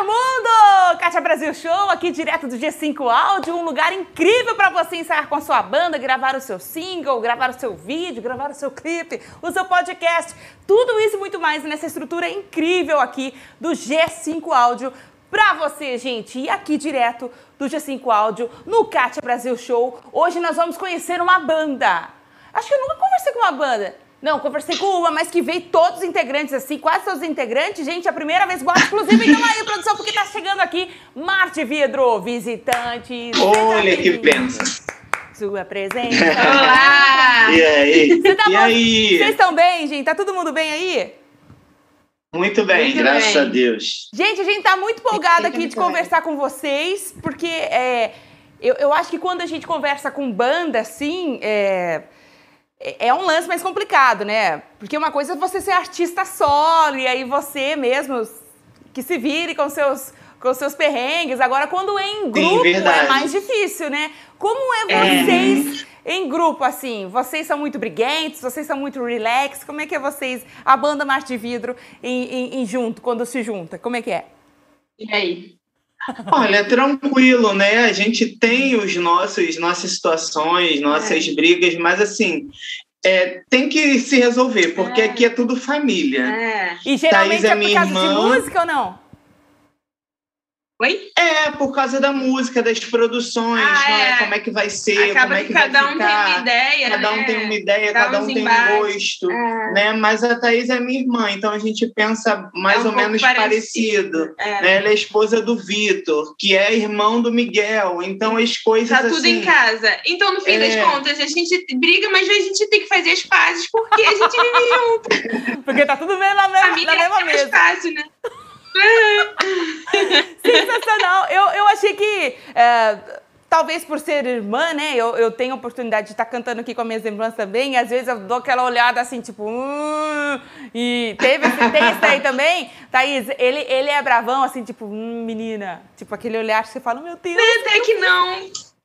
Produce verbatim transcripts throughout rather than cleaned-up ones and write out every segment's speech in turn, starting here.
para o mundo! Kátia Brasil Show, aqui direto do G cinco Áudio, um lugar incrível para você ensaiar com a sua banda, gravar o seu single, gravar o seu vídeo, gravar o seu clipe, o seu podcast, tudo isso e muito mais nessa estrutura incrível aqui do G cinco Áudio para você, gente. E aqui direto do G cinco Áudio, no Kátia Brasil Show, hoje nós vamos conhecer uma banda. Acho que eu nunca conversei com uma banda. Não, conversei com uma, mas que veio todos os integrantes, assim, quase todos os integrantes. Gente, a primeira vez, bora, inclusive, então aí, produção, porque tá chegando aqui Marte Vidro, visitantes. Olha que benção. Sua presença. Olá! E aí? Cê tá e bom? aí? Vocês estão bem, gente? Tá todo mundo bem aí? Muito bem, muito graças bem. a Deus. Gente, a gente tá muito empolgada aqui de conversar com vocês, porque é, eu, eu acho que quando a gente conversa com banda, assim, é... É um lance mais complicado, né? Porque uma coisa é você ser artista solo e aí você mesmo que se vire com seus, com seus perrengues. Agora, quando é em grupo, Sim, é mais difícil, né? Como é vocês é. em grupo, assim? Vocês são muito briguentes? Vocês são muito relax? Como é que é vocês, a banda Marte Vidro, em, em, em junto, quando se junta? Como é que é? E aí? Olha, tranquilo, né? A gente tem os nossos, nossas situações, nossas é. brigas, mas assim, é, tem que se resolver, porque é. aqui é tudo família. É. E geralmente Thaís é, é por causa irmã. de música ou não? Oi? É, por causa da música, das produções, ah, né? é. Como é que vai ser, Acaba como é que, que vai cada ficar. um tem uma ideia, Cada né? um tem uma ideia, Dá cada um tem um gosto, é. né? Mas a Thaís é minha irmã, então a gente pensa mais é um ou menos parecido. parecido é. né? Ela é a esposa do Vitor, que é irmão do Miguel, então as coisas Tá assim... tudo em casa. Então, no fim é. das contas, a gente briga, mas a gente tem que fazer as pazes, porque a gente vive junto. Porque tá tudo bem na mesma, na mesma é mesa. mais fácil, né? Sensacional. Eu, eu achei que, é, talvez por ser irmã, né, eu, eu tenho a oportunidade de estar cantando aqui com as minhas irmãs também, e às vezes eu dou aquela olhada assim, tipo... Hum, e teve, tem esse daí também? Thaís, ele, ele é bravão, assim, tipo... Hum, menina. Tipo, aquele olhar que você fala, meu Deus... Até que não.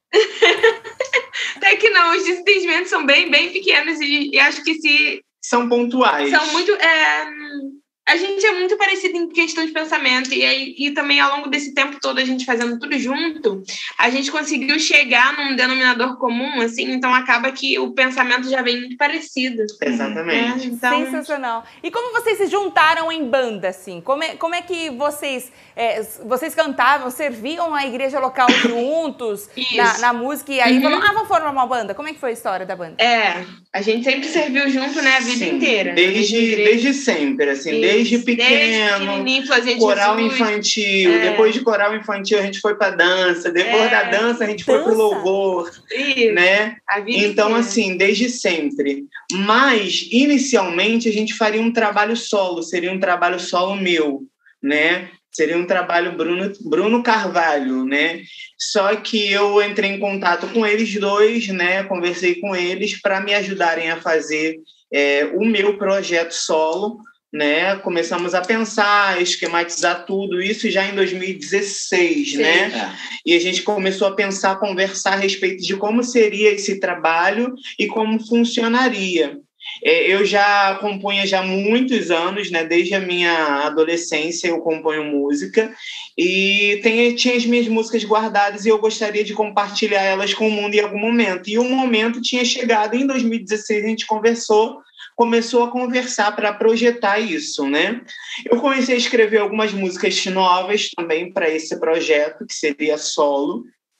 Até que não. Os desentendimentos são bem, bem pequenos e, e acho que se... São pontuais. São muito... É, a gente é muito parecido em questão de pensamento e, aí, e também ao longo desse tempo todo a gente fazendo tudo junto, a gente conseguiu chegar num denominador comum, assim, então acaba que o pensamento já vem muito parecido. Exatamente. É, então... Sensacional. E como vocês se juntaram em banda, assim? Como é, como é que vocês, é, vocês cantavam, serviam a igreja local juntos na, na música e aí uhum. falaram, ah, vamos formar uma banda? Como é que foi a história da banda? É, a gente sempre serviu junto, né, a vida Sim, inteira. Desde, desde sempre, assim, Isso. desde Desde pequeno, desde coral Jesus. infantil, é. depois de coral infantil a gente foi pra dança, depois é. da dança a gente dança. foi pro louvor, Isso. né? Então, inteira. assim, desde sempre. Mas, inicialmente, a gente faria um trabalho solo, seria um trabalho solo meu, né? Seria um trabalho Bruno, Bruno Carvalho, né? Só que eu entrei em contato com eles dois, né? Conversei com eles para me ajudarem a fazer é, o meu projeto solo, né? Começamos a pensar, esquematizar tudo isso já em dois mil e dezesseis, Sim, né? É. E a gente começou a pensar, a conversar a respeito de como seria esse trabalho e como funcionaria. É, eu já compunha já há muitos anos, né? Desde a minha adolescência eu componho música e tem, tinha as minhas músicas guardadas e eu gostaria de compartilhar elas com o mundo em algum momento. E o momento tinha chegado em dois mil e dezesseis, a gente conversou, começou a conversar para projetar isso, né? Eu comecei a escrever algumas músicas novas também para esse projeto, que seria solo.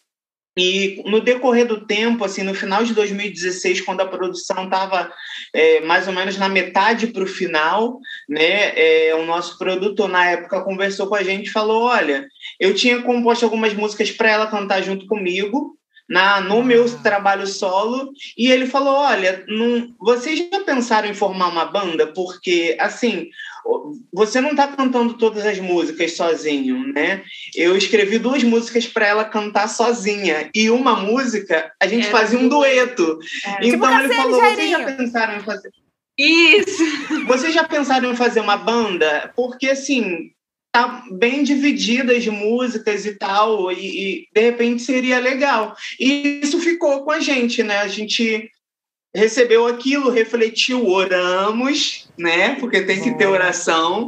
E no decorrer do tempo, assim, no final de dois mil e dezesseis, quando a produção estava é, mais ou menos na metade para o final, né, é, o nosso produtor, na época, conversou com a gente e falou, olha, eu tinha composto algumas músicas para ela cantar junto comigo, Na, no meu trabalho solo, e ele falou, olha, não, vocês já pensaram em formar uma banda? Porque, assim, você não está cantando todas as músicas sozinho, né? Eu escrevi duas músicas para ela cantar sozinha, e uma música, a gente é, fazia um dueto. É. Então tipo ele falou, vocês já pensaram em fazer... Isso! Vocês já pensaram em fazer uma banda? Porque, assim... tá bem divididas de músicas e tal, e, e de repente seria legal. E isso ficou com a gente, né? A gente recebeu aquilo, refletiu, oramos, né? Porque tem que ter oração,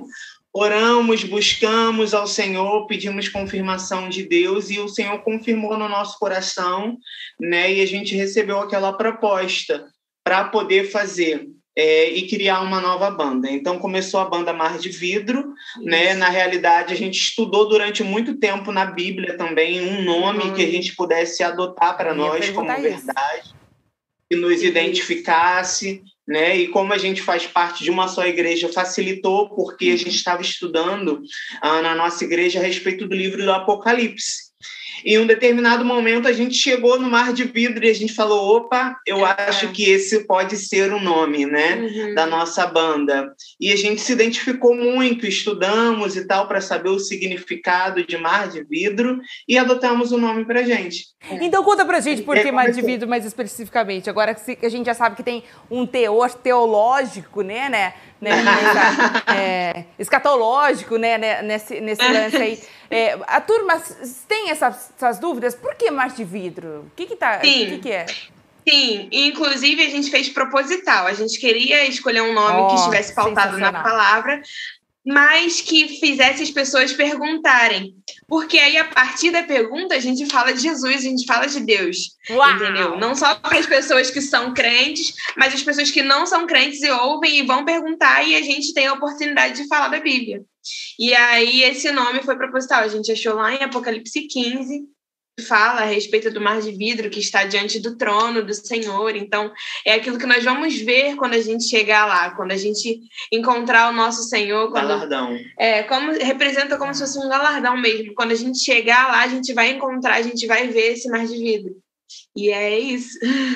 oramos, buscamos ao Senhor, pedimos confirmação de Deus e o Senhor confirmou no nosso coração, né? E a gente recebeu aquela proposta para poder fazer é, e criar uma nova banda. Então começou a banda Mar de Vidro, né? Na realidade a gente estudou durante muito tempo na Bíblia também um nome uhum. que a gente pudesse adotar para nós como verdade, que nos isso. identificasse. Né? E como a gente faz parte de uma só igreja, facilitou, porque a gente estava estudando ah, na nossa igreja a respeito do livro do Apocalipse. Em um determinado momento, a gente chegou no Mar de Vidro e a gente falou, opa, eu é. acho que esse pode ser o nome, né, uhum. da nossa banda. E a gente se identificou muito, estudamos e tal, para saber o significado de Mar de Vidro e adotamos o nome para a gente. Então conta pra gente por que Mar de Vidro mais especificamente. Agora que a gente já sabe que tem um teor teológico, né, né? né nessa, é, escatológico, né, nesse, nesse lance aí. É, a turma tem essas, essas dúvidas? Por que Mar de Vidro? O que que tá? Sim. O que que é? Sim, inclusive a gente fez proposital. A gente queria escolher um nome oh, que estivesse pautado na palavra, mas que fizesse as pessoas perguntarem. Porque aí, a partir da pergunta, a gente fala de Jesus, a gente fala de Deus. Uau! Entendeu? Não só para as pessoas que são crentes, mas as pessoas que não são crentes e ouvem e vão perguntar, e a gente tem a oportunidade de falar da Bíblia. E aí, esse nome foi proposital. A gente achou lá em Apocalipse quinze, fala a respeito do Mar de Vidro que está diante do trono do Senhor. Então, é aquilo que nós vamos ver quando a gente chegar lá, quando a gente encontrar o nosso Senhor. Quando, galardão. É, como, representa como se fosse um galardão mesmo. Quando a gente chegar lá, a gente vai encontrar, a gente vai ver esse Mar de Vidro. E é isso.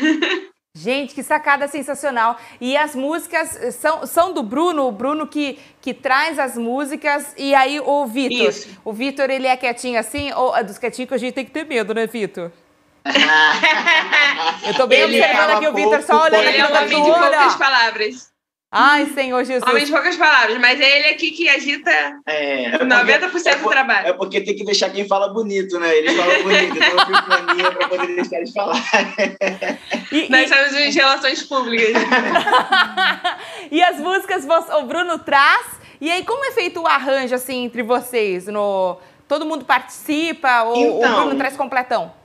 Gente, que sacada sensacional. E as músicas são, são do Bruno, o Bruno que, que traz as músicas. E aí o Vitor. O Vitor, ele é quietinho assim? Ou dos quietinhos que a gente tem que ter medo, né, Vitor? Eu tô bem ele observando aqui o Vitor, só olhando aqui no canto do olho. Ele é um homem de poucas palavras. Ai, Senhor Jesus. Homem de poucas palavras, mas é ele aqui que agita é, noventa por cento é do trabalho. É porque tem que deixar quem fala bonito, né? Ele fala bonito, então eu fico mania pra poder deixar eles falar. E, Nós e... somos de relações públicas. E as músicas o Bruno traz, e aí como é feito o arranjo assim entre vocês? No... Todo mundo participa ou então... o Bruno traz completão?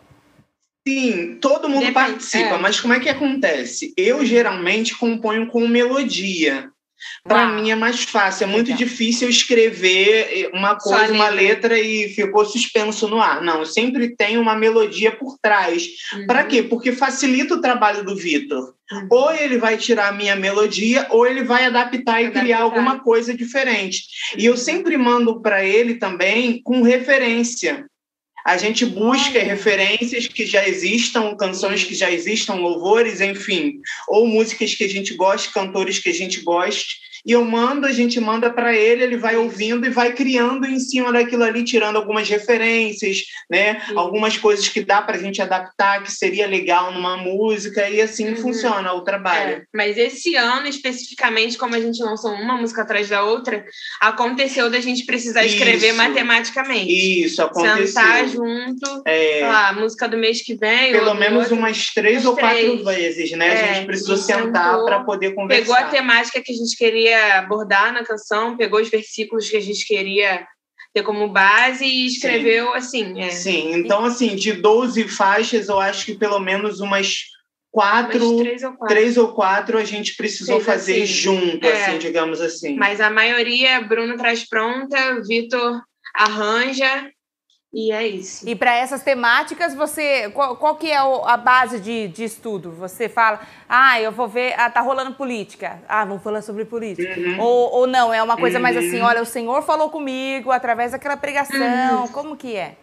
Sim, todo mundo Depende, participa, é. Mas como é que acontece? Eu geralmente componho com melodia. Para mim é mais fácil, é muito Legal. difícil escrever uma coisa, uma letra e ficou suspenso no ar. Não, eu sempre tenho uma melodia por trás. Uhum. Para quê? Porque facilita o trabalho do Vitor. Uhum. Ou ele vai tirar a minha melodia, ou ele vai adaptar e adaptar. criar alguma coisa diferente. Uhum. E eu sempre mando para ele também com referência. A gente busca referências que já existam, canções que já existam, louvores, enfim, ou músicas que a gente goste, cantores que a gente goste, e eu mando, a gente manda para ele, ele vai ouvindo e vai criando em cima daquilo ali, tirando algumas referências, né? Algumas coisas que dá para a gente adaptar, que seria legal numa música, e assim uhum. funciona o trabalho. É, mas esse ano, especificamente, como a gente lançou uma música atrás da outra, aconteceu da gente precisar escrever Isso. matematicamente. Isso, aconteceu. Sentar junto, é... sei lá, a música do mês que vem. Pelo menos outro, umas três ou três. quatro vezes, né? É, a gente precisou sentar para poder conversar. Pegou a temática que a gente queria abordar na canção, pegou os versículos que a gente queria ter como base e escreveu Sim. assim. É. Sim, então assim, de doze faixas, eu acho que pelo menos umas quatro, umas três, ou quatro. três ou quatro a gente precisou Fez fazer assim. junto, é. assim, digamos assim. Mas a maioria, Bruno traz pronta, Vitor arranja. E é isso. E para essas temáticas, você qual, qual que é a base de, de estudo? Você fala, ah, eu vou ver, ah, tá rolando política. Ah, vamos falar sobre política. Uhum. Ou, ou não, é uma coisa uhum. mais assim, olha, o Senhor falou comigo através daquela pregação. Uhum. Como que é?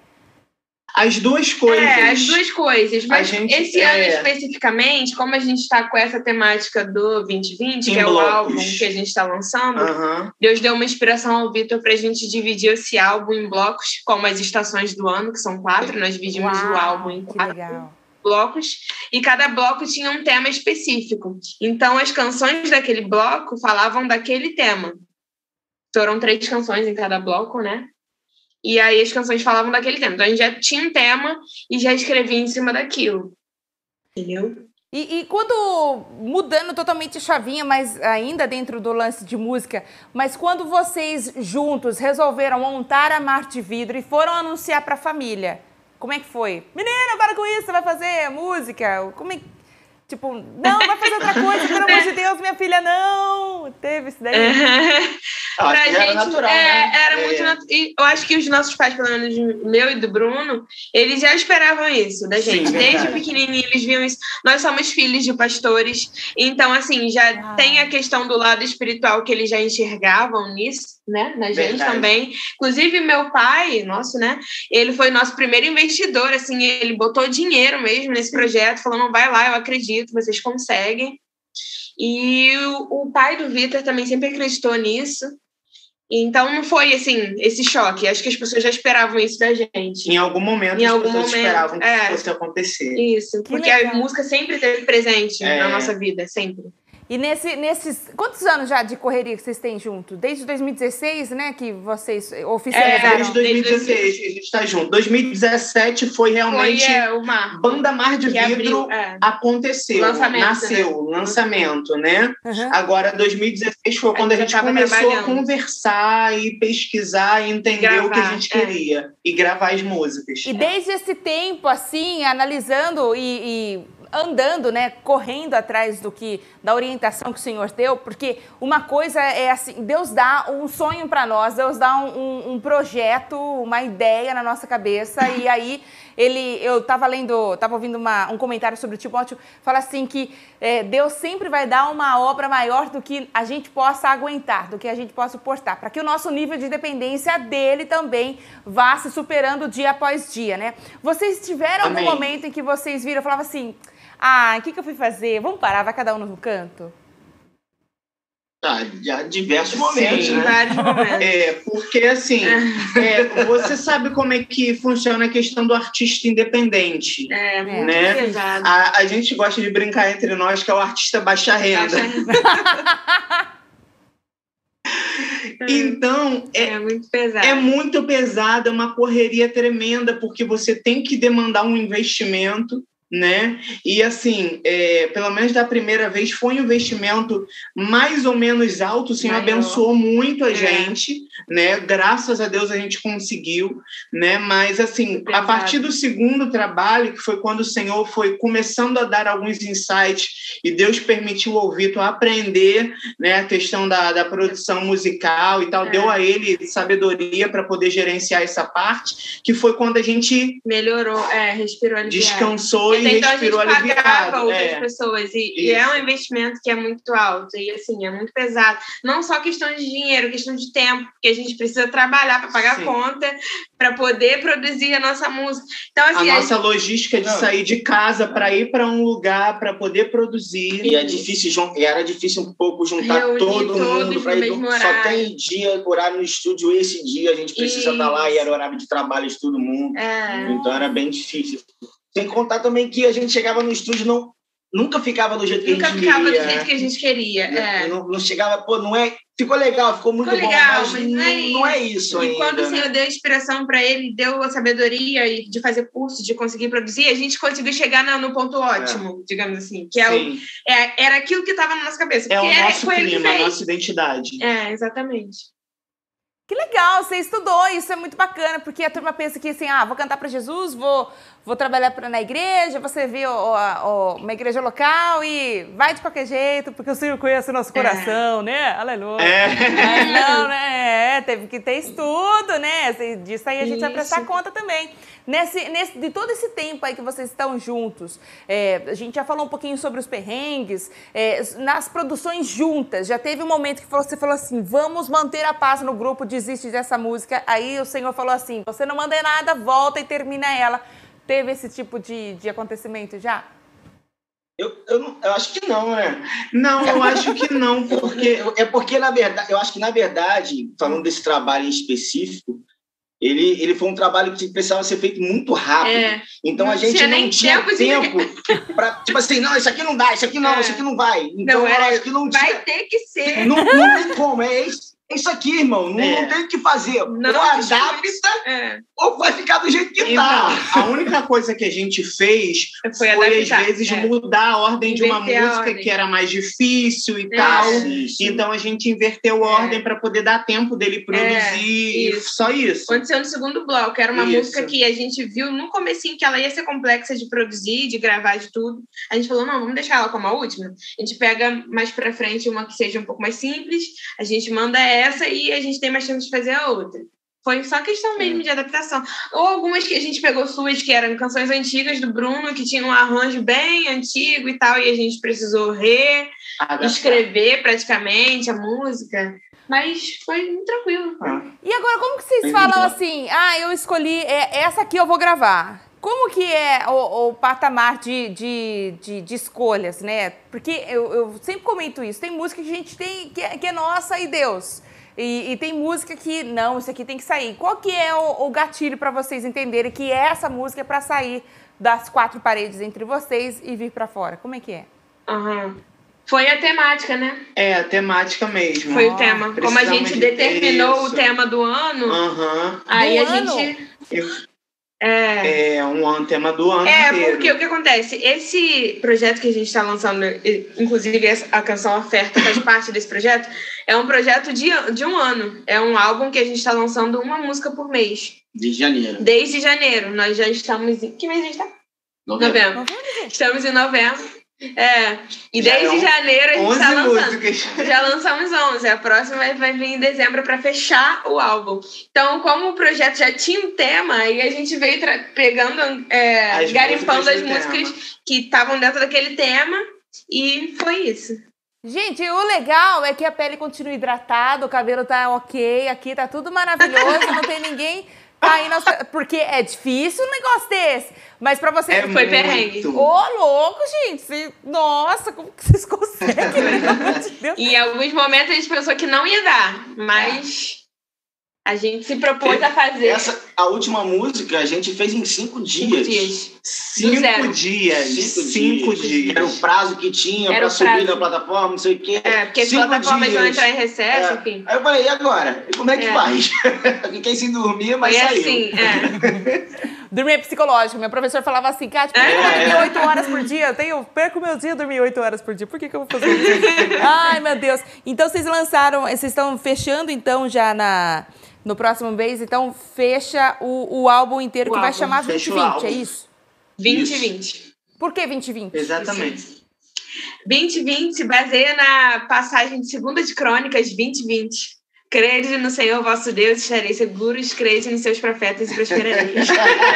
As duas coisas. É, as duas coisas. Mas gente, esse é... ano especificamente, como a gente está com essa temática do vinte vinte, em que blocos. É o álbum que a gente está lançando, uhum. Deus deu uma inspiração ao Vitor para a gente dividir esse álbum em blocos, como as estações do ano, que são quatro. Nós dividimos Uau, o álbum em quatro blocos. E cada bloco tinha um tema específico. Então, as canções daquele bloco falavam daquele tema. Foram três canções em cada bloco, né? E aí as canções falavam daquele tema. Então a gente já tinha um tema e já escrevia em cima daquilo. Entendeu? E, e quando, mudando totalmente a chavinha, mas ainda dentro do lance de música, mas quando vocês juntos resolveram montar a Mar de Vidro e foram anunciar para a família, como é que foi? Menina, para com isso, você vai fazer música? Como é que... Tipo, não, vai fazer outra coisa, pelo amor de Deus, minha filha, não! Teve isso daí? Pra Ah, gente, era natural, é, né? era É. muito natural. E eu acho que os nossos pais, pelo menos meu e do Bruno, eles já esperavam isso da gente. Sim, Desde verdade. pequenininho, eles viam isso. Nós somos filhos de pastores, então, assim, já Ah. tem a questão do lado espiritual que eles já enxergavam nisso, né? Na gente Verdade. também. Inclusive, meu pai, nosso, né? Ele foi nosso primeiro investidor, assim, ele botou dinheiro mesmo nesse projeto, falou, não, vai lá, eu acredito, vocês conseguem. E o, o pai do Vitor também sempre acreditou nisso. Então, não foi, assim, esse choque. Acho que as pessoas já esperavam isso da gente. Em algum momento Em as algum pessoas momento, esperavam que é. isso fosse acontecer. Isso, Que porque legal. a música sempre esteve presente É. na nossa vida, sempre. E nesse, nesses... Quantos anos já de correria que vocês têm junto? Desde dois mil e dezesseis, né? Que vocês oficializaram. Desde dois mil e dezesseis que a gente está junto. dois mil e dezessete foi realmente... Foi é, o marco. Banda Mar de que Vidro abriu, é. aconteceu, Lançamento, nasceu, né? lançamento, né? Uhum. Agora, dois mil e dezesseis foi quando a A gente gente já tava começou a trabalhando. conversar e pesquisar e entender Gravar, o que a gente é. queria. E gravar as músicas. E desde esse tempo, assim, analisando e, e andando, né, correndo atrás do que, da orientação que o Senhor deu, porque uma coisa é assim, Deus dá um sonho para nós, Deus dá um, um, um projeto, uma ideia na nossa cabeça, e aí ele, eu estava lendo, estava ouvindo uma, um comentário sobre o Timóteo, fala assim que é, Deus sempre vai dar uma obra maior do que a gente possa aguentar, do que a gente possa suportar, para que o nosso nível de dependência dele também vá se superando dia após dia, né? Vocês tiveram Amém. algum momento em que vocês viram, falavam assim, ah, o que, que eu fui fazer? Vamos parar, vai cada um no canto? Tá, já diversos momentos, Sim, Em né? vários momentos. É, porque assim, é, você sabe como é que funciona a questão do artista independente. É, muito Né? pesado. A, a gente gosta de brincar entre nós que é o artista baixa renda. Então, é, É muito pesado. é muito pesado, é uma correria tremenda, porque você tem que demandar um investimento, né? E assim, é, pelo menos da primeira vez, foi um investimento mais ou menos alto, o Senhor Maior. abençoou muito a É. gente, né? Graças a Deus a gente conseguiu, né? Mas assim, a Pesado. partir do segundo trabalho, que foi quando o Senhor foi começando a dar alguns insights e Deus permitiu ao Vitor aprender, né, a questão da, da produção musical e tal, É. deu a ele sabedoria para poder gerenciar essa parte, que foi quando a gente Melhorou, é, respirou aliviado. descansou e Até então a gente respirou pagava aliviado. outras É. pessoas e, e é Isso. um investimento que é muito alto e assim, é muito pesado. Não só questão de dinheiro, questão de tempo, porque a gente precisa trabalhar para pagar Sim. a conta, para poder produzir a nossa música. Então, A assim, a nossa logística de Não. sair de casa para ir para um lugar para poder produzir. E é difícil, jun- e era difícil um pouco juntar Reunir todo todos mundo no para ir. mesmo do- Só horário. tem dia, horário no estúdio, esse dia a gente precisa estar lá e era horário de trabalho de todo mundo. É. Então era bem difícil. Sem contar também que a gente chegava no estúdio, não, nunca ficava do jeito que Nunca a gente ficava queria. do jeito que a gente queria. É. Não, não chegava, pô, não é. Ficou legal, ficou muito Ficou bom, legal, mas, mas não, não é não é isso E ainda. quando o né? Senhor deu a inspiração para ele, deu a sabedoria e de fazer curso, de conseguir produzir, a gente conseguiu chegar no, no ponto ótimo, digamos assim, que é o, Sim. é, era aquilo que estava na nossa cabeça. É o porque era- nosso foi ele que clima, a fez. nossa identidade. É, exatamente. Que legal, você estudou, isso é muito bacana, porque a turma pensa que assim, ah, vou cantar para Jesus, vou, vou trabalhar pra, na igreja, você vê o, o, uma igreja local e vai de qualquer jeito, porque o Senhor conhece o nosso coração, né? Aleluia. É. Mas não, né? É, teve que ter estudo, né? Disso aí a gente vai Isso. prestar conta também. Nesse, nesse, de todo esse tempo aí que vocês estão juntos, é, a gente já falou um pouquinho sobre os perrengues, é, nas produções juntas, já teve um momento que você falou assim, vamos manter a paz no grupo, desiste dessa música, aí o Senhor falou assim, você não manda nada, volta e termina ela. Teve esse tipo de, de acontecimento já? Eu, eu, não- eu acho que não, né? Não, eu acho que não, porque Porque, é porque, na verdade, eu acho que, na verdade, falando desse trabalho em específico, ele, ele foi um trabalho que precisava ser feito muito rápido. É. Então, a Não gente tinha não nem tinha tempo de- tempo para, tipo assim, não, isso aqui não dá, isso aqui não, É. isso aqui não vai. Então, Não, eu era, acho que não vai tinha... ter que ser. Não, não tem como, é isso. é isso aqui, irmão. Não, É. não tem o que fazer. Não, ou adapta, É. ou vai ficar do jeito que Então, tá. a única coisa que a gente fez Foi foi, adaptar, às vezes, é. mudar a ordem de uma Inverter a música ordem. que era mais difícil e É. tal. Sim, sim. Então, a gente inverteu a É. ordem para poder dar tempo dele produzir e isso. só isso. Aconteceu no segundo bloco, era uma Isso. música que a gente viu no comecinho que ela ia ser complexa de produzir, de gravar, de tudo. A gente falou, não, vamos deixar ela como a última. A gente pega mais pra frente uma que seja um pouco mais simples, a gente manda essa e a gente tem mais tempo de fazer a outra. Foi só questão mesmo de adaptação. Ou algumas que a gente pegou suas, que eram canções antigas do Bruno, que tinham um arranjo bem antigo e tal, e a gente precisou reescrever praticamente a música. Mas foi muito tranquilo. Ah. E agora, como que vocês Entendi. falam assim, ah, eu escolhi, é, essa aqui eu vou gravar? Como que é o, o patamar de, de, de, de escolhas, né? Porque eu, eu sempre comento isso, tem música que a gente tem, que é, que é nossa e Deus. E, e tem música que, não, isso aqui tem que sair. Qual que é o, o gatilho para vocês entenderem que essa música é para sair das quatro paredes entre vocês e vir para fora? Como é que é? Uhum. Foi a temática, né? É, a temática mesmo. Foi Ah, o tema. Como a precisamos gente de determinou isso. o tema do ano, Aham. aí Do a ano? gente... Eu- É, É um ano, tema do ano é inteiro. porque o que acontece? Esse projeto que a gente está lançando, inclusive essa- a canção Oferta faz parte desse projeto, é um projeto de, de um ano. É um álbum que a gente está lançando uma música por mês. De janeiro. Desde janeiro. Nós já estamos em... Que mês a gente está? Novembro. Novembro. Estamos em novembro. É. E Já desde é um- janeiro a gente onze está lançando. músicas. Já lançamos onze. A próxima vai- vai vir em dezembro para fechar o álbum. Então, como o projeto já tinha um tema, aí a gente veio tra- pegando, é, As garimpando músicas as do músicas tema. que estavam dentro daquele tema. E foi isso. Gente, o legal é que a pele continua hidratada, o cabelo tá ok, aqui tá tudo maravilhoso, não tem ninguém caindo aos... Porque é difícil um negócio desse, mas pra vocês... É Foi muito. perrengue. Ô, louco, gente! Cê- Nossa, como que vocês conseguem? Pelo amor de Deus. Em alguns momentos a gente pensou que não ia dar, mas a gente se propôs a fazer Essa, a última música a gente fez em cinco cinco dias. dias. Cinco zero. dias. Cinco, Cinco dias. dias. Era o prazo que tinha Era pra o subir prazo. na plataforma, não sei o quê. É, porque as Cinco plataformas vão dias. entrar em recesso, É. enfim. Aí eu falei, e agora? E como é que É. faz? Fiquei sem dormir, mas Foi saiu. assim, é. Dormir é psicológico. Meu professor falava assim, Kátia, por que eu vou dormir oito horas por dia? Eu tenho, perco meu dia dormir oito horas por dia. Por que, que eu vou fazer isso? Ai, meu Deus. Então, vocês lançaram, vocês estão fechando, então, já na, no próximo mês. Então, fecha o, o álbum inteiro, O que vai álbum. chamar Fecha o vinte vinte, álbum. é isso? vinte e Isso. vinte. Por que vinte vinte? Exatamente. vinte e vinte se baseia na passagem de segunda de Crônicas vinte e vinte. Crede no Senhor vosso Deus, estareis seguros, crede nos seus profetas e prosperareis.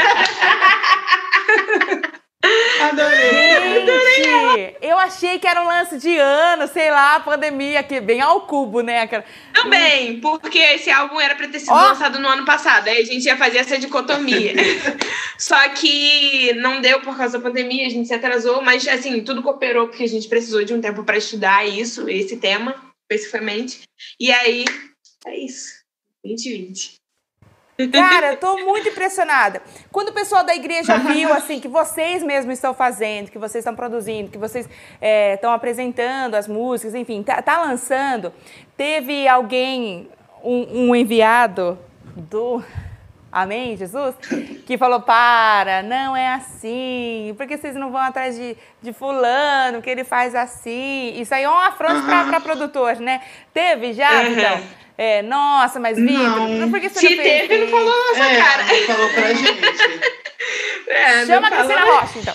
Adorei. Gente, eu achei que era um lance de ano, sei lá, pandemia, que bem ao cubo, né? Aquela... Também, porque esse álbum era para ter sido Ó. lançado no ano passado, aí a gente ia fazer essa dicotomia. Só que não deu por causa da pandemia, a gente se atrasou, mas assim, tudo cooperou porque a gente precisou de um tempo para estudar isso, esse tema, especificamente. E aí, é isso. vinte e vinte. Cara, eu tô muito impressionada. Quando o pessoal da igreja viu, assim, que vocês mesmos estão fazendo, que vocês estão produzindo, que vocês estão apresentando as músicas, enfim, tá, tá lançando, teve alguém, um, um enviado do... Amém, Jesus? Que falou, para, não é assim, porque vocês não vão atrás de, de fulano, que ele faz assim. Isso aí é um afronte pra, pra produtor, né? Teve já, Uhum. então? É, nossa, mas Vitor, Não. por que você Se não fez teve, não isso? falou na nossa É, cara. ele falou pra gente. É, Chama não a Cristina falou. Rocha, então.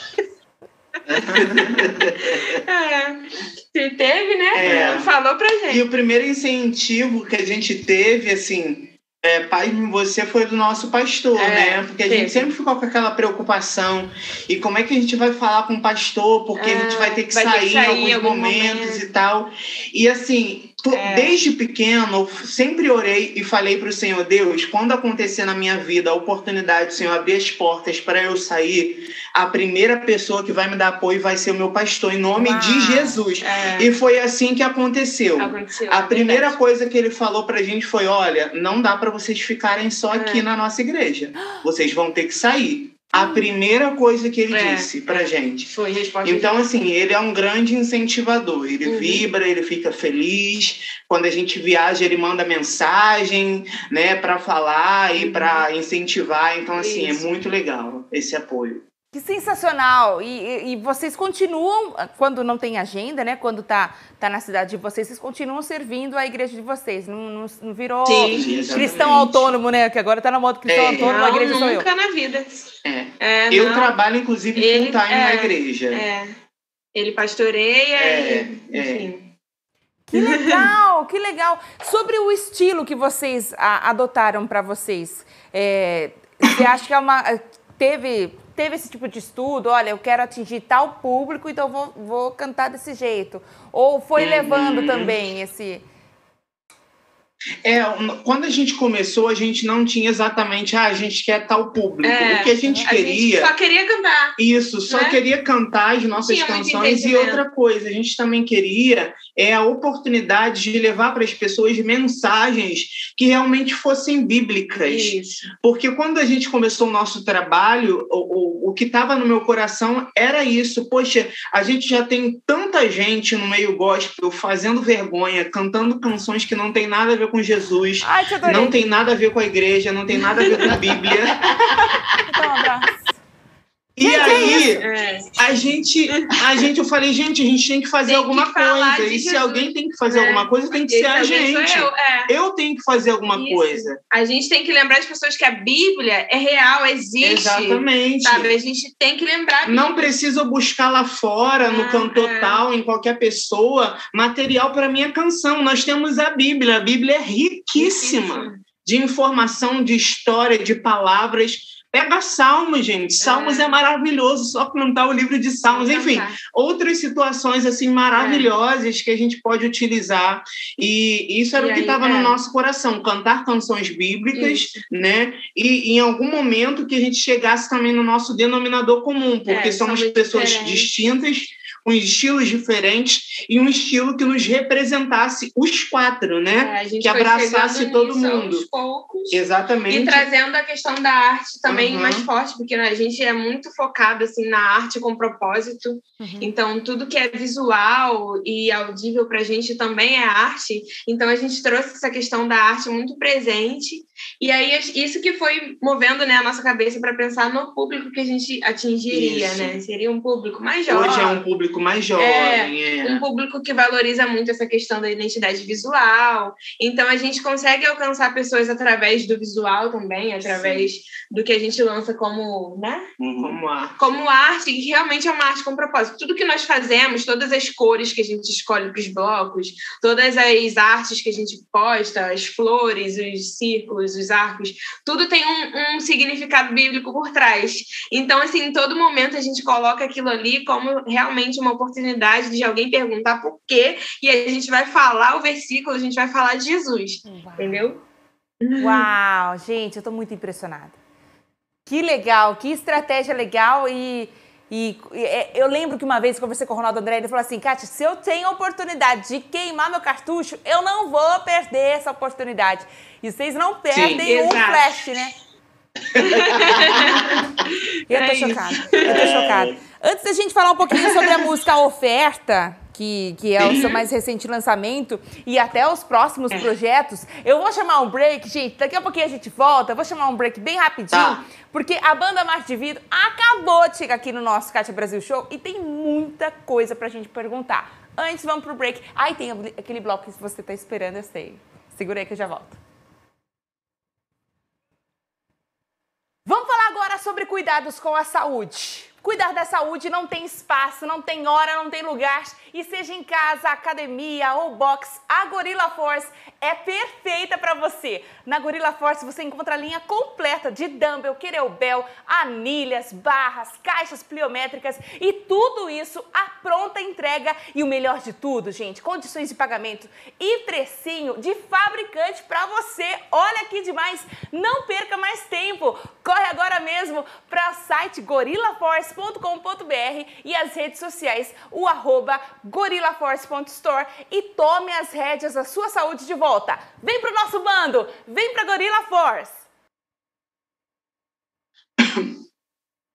É. Se teve, né? É. Falou pra gente. E o primeiro incentivo que a gente teve, assim, é, pai, você foi do nosso pastor, É, né? Porque a teve. gente sempre ficou com aquela preocupação. E como é que a gente vai falar com o pastor? Porque a gente É, vai ter que vai ter sair, que sair em em alguns algum momentos momento. e tal. E assim, tu- É. desde pequeno, eu sempre orei e falei para o Senhor, Deus, quando acontecer na minha vida a oportunidade do Senhor abrir as portas para eu sair, a primeira pessoa que vai me dar apoio vai ser o meu pastor, em nome Uau. de Jesus. É. E foi assim que aconteceu. Aconteceu, A é primeira verdade. coisa que ele falou pra gente foi, olha, não dá pra vocês ficarem só aqui É. na nossa igreja. Vocês vão ter que sair. A primeira coisa que ele é, disse pra gente. Foi resposta. Então, assim, ele é um grande incentivador. Ele uhum. vibra, ele fica feliz. Quando a gente viaja, ele manda mensagem, né, para falar e para incentivar. Então, assim, Isso. é muito legal esse apoio. Que sensacional! E, e, e vocês continuam, quando não tem agenda, né? Quando tá, tá na cidade de vocês, vocês continuam servindo a igreja de vocês. Não, não, não virou Sim, cristão autônomo, né? Que agora tá na moda cristão é. autônomo, não, a igreja sou eu. Nunca na vida. É. É, eu não. trabalho, inclusive, full time é, na igreja. É. Ele pastoreia é, e, enfim... É. Que legal, que legal. Sobre o estilo que vocês a, adotaram para vocês, é, você acha que é uma, teve, teve esse tipo de estudo? Olha, eu quero atingir tal público, então vou, vou cantar desse jeito. Ou foi uhum. levando também esse... É, quando a gente começou, a gente não tinha exatamente, ah, a gente quer tal público. É, o que a gente a queria... gente só queria cantar. Isso, só né? queria cantar as nossas canções. E outra coisa, a gente também queria é, a oportunidade de levar para as pessoas mensagens que realmente fossem bíblicas. Isso. Porque quando a gente começou o nosso trabalho, o, o, o que estava no meu coração era isso. Poxa, a gente já tem tanta gente no meio gospel fazendo vergonha, cantando canções que não tem nada a ver com Jesus, Ai, não tem nada a ver com a igreja, não tem nada a ver com a Bíblia. Então, um abraço. E gente, aí, é a gente, a gente, eu falei, gente, a gente tem que fazer tem alguma que coisa. E Jesus, se alguém tem que fazer né? alguma coisa, tem que Esse ser a gente. Eu, é. eu tenho que fazer alguma Isso. coisa. A gente tem que lembrar as pessoas que a Bíblia é real, existe. Exatamente. Sabe? A gente tem que lembrar. Não precisa buscar lá fora, ah, no cantor é. tal, em qualquer pessoa, material para minha canção. Nós temos a Bíblia. A Bíblia é riquíssima. riquíssima. De informação, de história, de palavras. Pega Salmos, gente. Salmos é, é maravilhoso, só cantar o livro de Salmos. É Enfim, outras situações assim maravilhosas é. que a gente pode utilizar. E isso era e o que estava é. no nosso coração, cantar canções bíblicas, isso. né? E em algum momento que a gente chegasse também no nosso denominador comum, porque é, somos pessoas diferentes. distintas, com estilos diferentes e um estilo que nos representasse os quatro, né? É, que abraçasse todo mundo. Aos poucos, Exatamente. E trazendo a questão da arte também uhum. mais forte, porque a gente é muito focado assim, na arte com propósito. Uhum. Então, tudo que é visual e audível para a gente também é arte. Então, a gente trouxe essa questão da arte muito presente. E aí, isso que foi movendo, né, a nossa cabeça para pensar no público que a gente atingiria, isso. né? Seria um público mais jovem. Hoje é um público mais jovem. É, é. um público que valoriza muito essa questão da identidade visual. Então, a gente consegue alcançar pessoas através do visual também, através Sim. do que a gente lança como, né? Como arte. Como arte, e realmente é uma arte com propósito. Tudo que nós fazemos, todas as cores que a gente escolhe para os blocos, todas as artes que a gente posta, as flores, os círculos, os arcos, tudo tem um, um significado bíblico por trás. Então, assim, em todo momento a gente coloca aquilo ali como realmente uma oportunidade de alguém perguntar por quê, e a gente vai falar o versículo, a gente vai falar de Jesus, Uau. entendeu? Uau, gente, eu tô muito impressionada. Que legal, que estratégia legal e... E eu lembro que uma vez eu conversei com o Ronaldo André, ele falou assim, Kátia, se eu tenho a oportunidade de queimar meu cartucho, eu não vou perder essa oportunidade. E vocês não perdem Sim, um exato. flash, né? eu tô é chocada, isso. eu tô chocada. Antes da gente falar um pouquinho sobre a música Oferta, que, que é o seu mais recente lançamento, e até os próximos é. projetos, eu vou chamar um break, gente, daqui a pouquinho a gente volta, eu vou chamar um break bem rapidinho, tá. porque a banda Marte de Vidro acabou de chegar aqui no nosso Kátia Brasil Show e tem muita coisa pra gente perguntar. Antes, vamos pro break. Ai, tem aquele bloco que você tá esperando, eu sei. Segura aí que eu já volto. Vamos falar agora sobre cuidados com a saúde. Cuidar da saúde não tem espaço, não tem hora, não tem lugar. E seja em casa, academia ou box, a Gorilla Force é perfeita para você. Na Gorilla Force você encontra a linha completa de dumbbell, kettlebell, anilhas, barras, caixas pliométricas e tudo isso à pronta entrega. E o melhor de tudo, gente, condições de pagamento e precinho de fabricante para você. Olha que demais! Não perca mais tempo. Corre agora mesmo para o site gorilla force ponto com ponto br e as redes sociais, o arroba gorilla force ponto store e tome as rédeas da sua saúde de volta. Vem pro nosso bando, vem pra Gorilla Force!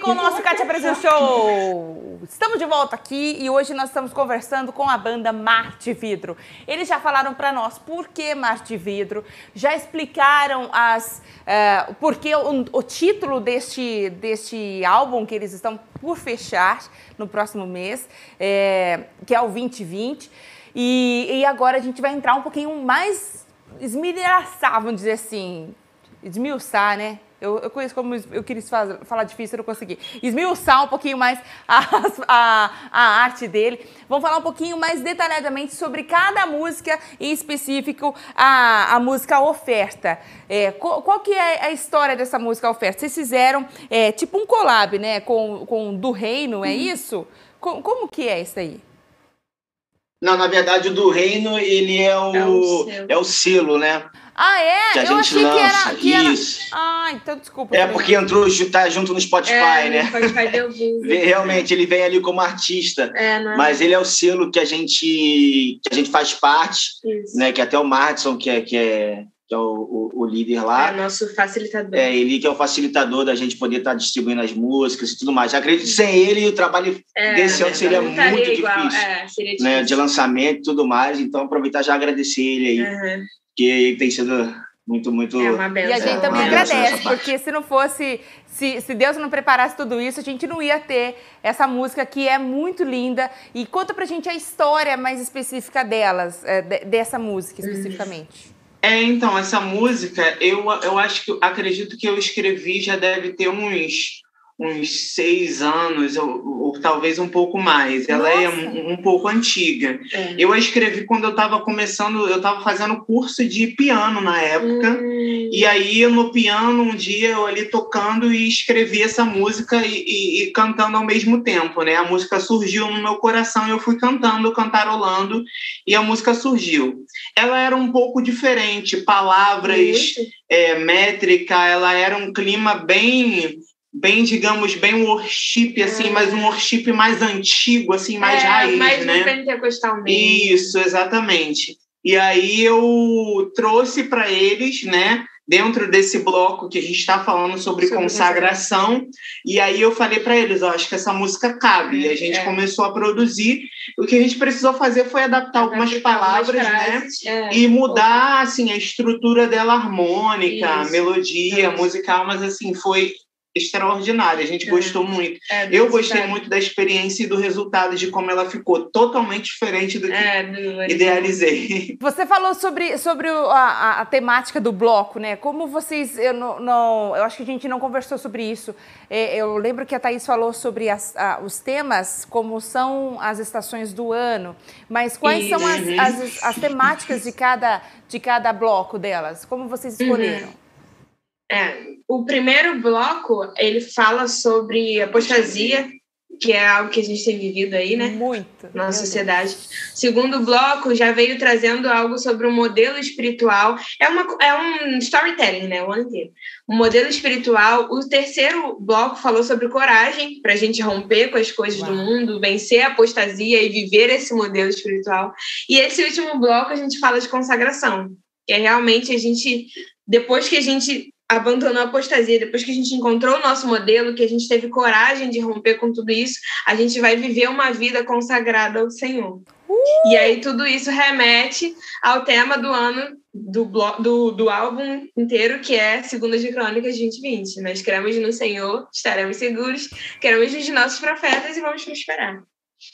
com o nosso Kátia Brasil Show! Estamos de volta aqui e hoje nós estamos conversando com a banda Mar de Vidro. Eles já falaram para nós por que Mar de Vidro, já explicaram as, uh, por que o, o título deste, deste álbum que eles estão por fechar no próximo mês, é, que é o vinte vinte. E, e agora a gente vai entrar um pouquinho mais, esmiuçar, vamos dizer assim, esmiuçar, né? Eu, eu conheço como eu queria falar, falar difícil, eu não consegui. Esmiuçar um pouquinho mais a, a, a arte dele. Vamos falar um pouquinho mais detalhadamente sobre cada música, em específico a, a música Oferta. É, qual, qual que é a história dessa música Oferta? Vocês fizeram é, tipo um collab, né, com, com Do Reino, é isso? Como, como que é isso aí? Não, na verdade, o Do Reino, ele é o, é o, selo. É o selo, né? Ah, é? Que a eu gente achei lança. que era, que era... Isso. Ah, então desculpa. É porque entrou, tá junto no Spotify, é, né? No Spotify deu vídeo. Realmente, ele vem ali como artista. É, não é? Mas ele é o selo que a gente, que a gente faz parte, Isso. né? Que até o Martinson, que é, que é, que é o, o, o líder lá. É nosso facilitador. É, ele que é o facilitador da gente poder estar distribuindo as músicas e tudo mais. Acredito que sem ele o trabalho é, desse ano seria muito difícil, é, seria difícil. Né? De lançamento e tudo mais. Então, aproveitar e já agradecer ele aí, uhum. que tem sido... Muito, muito... É uma benção. E a gente é, também agradece, porque se não fosse, se, se Deus não preparasse tudo isso, a gente não ia ter essa música que é muito linda. E conta pra gente a história mais específica delas, é, dessa música especificamente. É, então, essa música, eu, eu acho que, acredito que eu escrevi, já deve ter uns... uns seis anos, ou, ou talvez um pouco mais. Ela Nossa. é um, um pouco antiga. É. Eu a escrevi quando eu estava começando, eu estava fazendo curso de piano na época, hum. e aí no piano, um dia eu ali tocando e escrevi essa música e, e, e cantando ao mesmo tempo, né? A música surgiu no meu coração e eu fui cantando, cantarolando, e a música surgiu. Ela era um pouco diferente, palavras, é, métrica, ela era um clima bem... bem, digamos, bem worship, assim, é. mas um worship mais antigo, assim, mais é, raiz, mais né? Mais pentecostal mesmo. Isso, exatamente. E aí eu trouxe para eles, né, dentro desse bloco que a gente está falando sobre, sobre consagração, isso. E aí eu falei para eles, ó, acho que essa música cabe. E a gente é. começou a produzir. O que a gente precisou fazer foi adaptar algumas adaptar palavras, né? É. E mudar, assim, a estrutura dela harmônica, isso. a melodia, isso. musical, mas, assim, foi... extraordinária, a gente é. gostou muito. É, eu gostei é. muito da experiência e do resultado, de como ela ficou totalmente diferente do que é, idealizei. Você falou sobre, sobre a, a temática do bloco, né? Como vocês... Eu, não, não, eu acho que a gente não conversou sobre isso. É, eu lembro que a Thaís falou sobre as, a, os temas, como são as estações do ano, mas quais isso. são as, as, as temáticas de cada, de cada bloco delas? Como vocês escolheram? Uhum. É, o primeiro bloco, ele fala sobre apostasia, que é algo que a gente tem vivido aí, né? Muito. Na sociedade. O segundo bloco já veio trazendo algo sobre o um modelo espiritual. É, uma, é um storytelling, né? O ano inteiro. Um modelo espiritual. O terceiro bloco falou sobre coragem, para a gente romper com as coisas Uau. do mundo, vencer a apostasia e viver esse modelo espiritual. E esse último bloco a gente fala de consagração, que é realmente a gente, depois que a gente abandonou a apostasia, depois que a gente encontrou o nosso modelo, que a gente teve coragem de romper com tudo isso, a gente vai viver uma vida consagrada ao Senhor. Uh! E aí tudo isso remete ao tema do ano, do, do, do álbum inteiro, que é Segundas de Crônicas vinte vinte. Nós cremos no Senhor, estaremos seguros, cremos nos nossos profetas e vamos prosperar.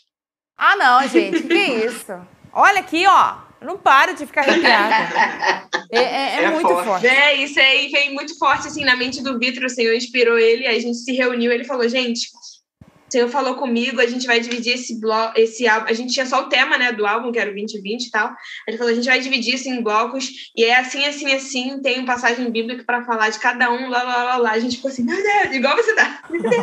Ah, não, gente, que isso? Olha aqui, ó. Eu não paro de ficar arrepiada. É, é, é, é muito forte. forte. É, isso aí veio muito forte, assim, na mente do Vitor. O Senhor inspirou ele, a gente se reuniu, ele falou, gente, o Senhor falou comigo, a gente vai dividir esse bloco, esse álbum. A gente tinha só o tema, né, do álbum, que era o vinte vinte e tal. Ele falou, a gente vai dividir isso em blocos, e é assim, assim, assim, tem uma passagem bíblica para falar de cada um, lá, lá, lá, lá. A gente ficou assim, meu Deus, igual você tá.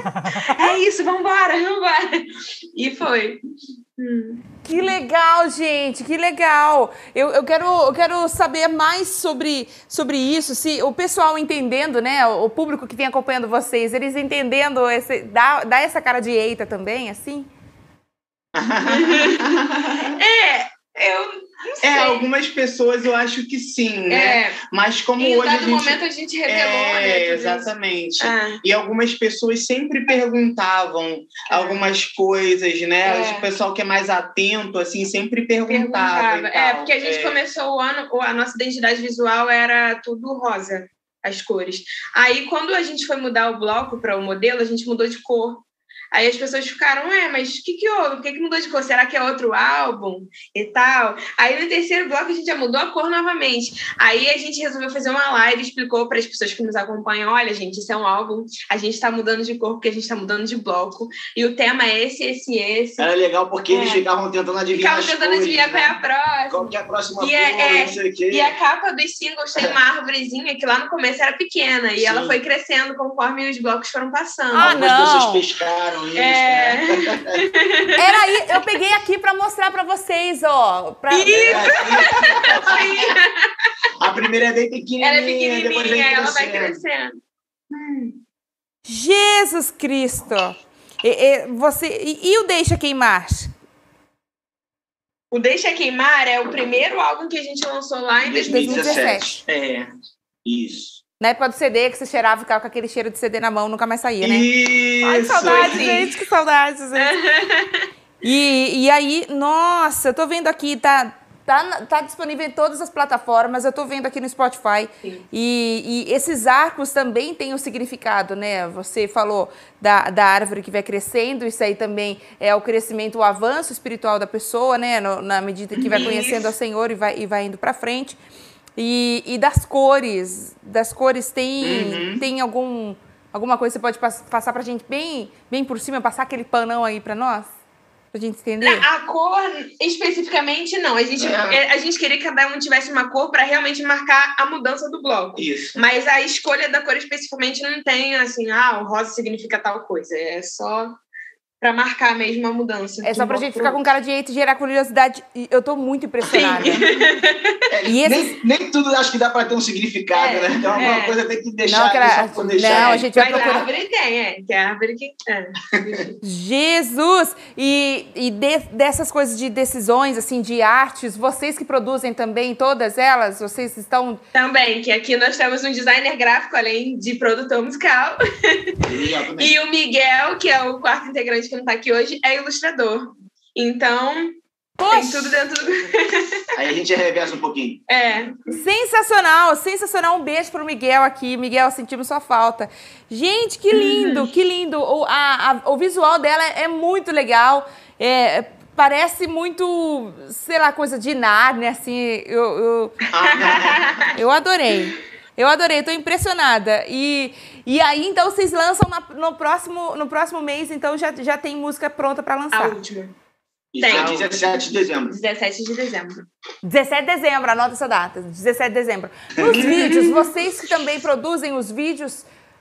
É isso, vambora, vambora. E foi. Hum. Que legal, gente, que legal. Eu, eu, quero, eu quero saber mais sobre, sobre isso, se o pessoal entendendo, né, o público que vem acompanhando vocês, eles entendendo, esse, dá, dá essa cara de eita também, assim? é, Eu não sei. É, algumas pessoas eu acho que sim, né? É. Mas como em hoje a dado gente... momento a gente revelou, é, né? tudo exatamente. Ah. E algumas pessoas sempre perguntavam algumas coisas, né? É. O pessoal que é mais atento, assim, sempre perguntava. Perguntava. E tal. É, porque a gente é. começou o ano, a nossa identidade visual era tudo rosa, as cores. Aí, quando a gente foi mudar o bloco para o modelo, a gente mudou de cor. Aí as pessoas ficaram, é, mas o que que houve? Por que que mudou de cor? Será que é outro álbum e tal? Aí no terceiro bloco a gente já mudou a cor novamente. Aí a gente resolveu fazer uma live, explicou para as pessoas que nos acompanham, olha, gente, isso é um álbum, a gente está mudando de cor porque a gente está mudando de bloco. E o tema é esse, esse, esse. Era legal porque é. eles ficavam tentando adivinhar Ficavam tentando adivinhar qual é a próxima. Qual que é a próxima e cor, é, não sei o quê. E a capa dos singles tem uma árvorezinha que lá no começo era pequena. E Sim. ela foi crescendo conforme os blocos foram passando. Ah, Algumas não. pessoas pescaram isso, é. né? Era aí, eu peguei aqui pra mostrar pra vocês, ó. Pra... Isso! A primeira é bem pequenininha, ela é pequenininha, depois vem ela vai crescendo. crescendo. Jesus Cristo! E, e, você, e, e o Deixa Queimar? O Deixa Queimar é o primeiro álbum que a gente lançou lá em dois mil e dezessete. É, isso. Na época do C D, que você cheirava e ficava com aquele cheiro de C D na mão, nunca mais saía, né? Isso! Ai, que saudade, gente, que saudade, gente. e, e aí, nossa, eu tô vendo aqui, tá, tá, tá disponível em todas as plataformas, eu tô vendo aqui no Spotify. E, e esses arcos também têm um significado, né? Você falou da, da árvore que vai crescendo, isso aí também é o crescimento, o avanço espiritual da pessoa, né? No, na medida que vai conhecendo o Senhor e vai, e vai indo pra frente. E, e das cores, das cores tem, uhum. tem algum, alguma coisa que você pode pass passar pra gente bem, bem por cima, passar aquele panão aí pra nós? Pra gente entender? A cor, especificamente, não. A gente, é. a gente queria que cada um tivesse uma cor para realmente marcar a mudança do bloco. Isso. Mas a escolha da cor especificamente não tem, assim, ah, o rosa significa tal coisa. É só... pra marcar mesmo a mudança. É só pra gente ficar com cara de eita e gerar curiosidade. E eu tô muito impressionada. É, e esses... nem, nem tudo acho que dá pra ter um significado, é, né? Então alguma é. coisa tem que deixar. Não, era... só deixar. Não, a gente vai Mas procurar. a árvore tem, é. Que é a árvore que... É. Jesus! E, e de, dessas coisas de decisões, assim, de artes, vocês que produzem também todas elas? Vocês estão... Também, que aqui nós temos um designer gráfico, além de produtor musical. E o Miguel, que é o quarto integrante que não tá aqui hoje, é ilustrador. Então, Poxa. tem tudo dentro do... Aí a gente reversa um pouquinho. É. Sensacional, sensacional. Um beijo pro Miguel aqui. Miguel, sentimos sua falta. Gente, que lindo, uhum. que lindo. O, a, a, o visual dela é muito legal. É, parece muito, sei lá, coisa de Nárnia, assim. Eu, eu, eu adorei. Eu adorei, tô impressionada. E, e aí, então, vocês lançam na, no, próximo, no próximo mês, então já, já tem música pronta para lançar. A última. Isso é dezessete de dezembro. dezessete de dezembro. dezessete de dezembro, anota essa data. dezessete de dezembro. Nos vídeos, vocês que também produzem os vídeos...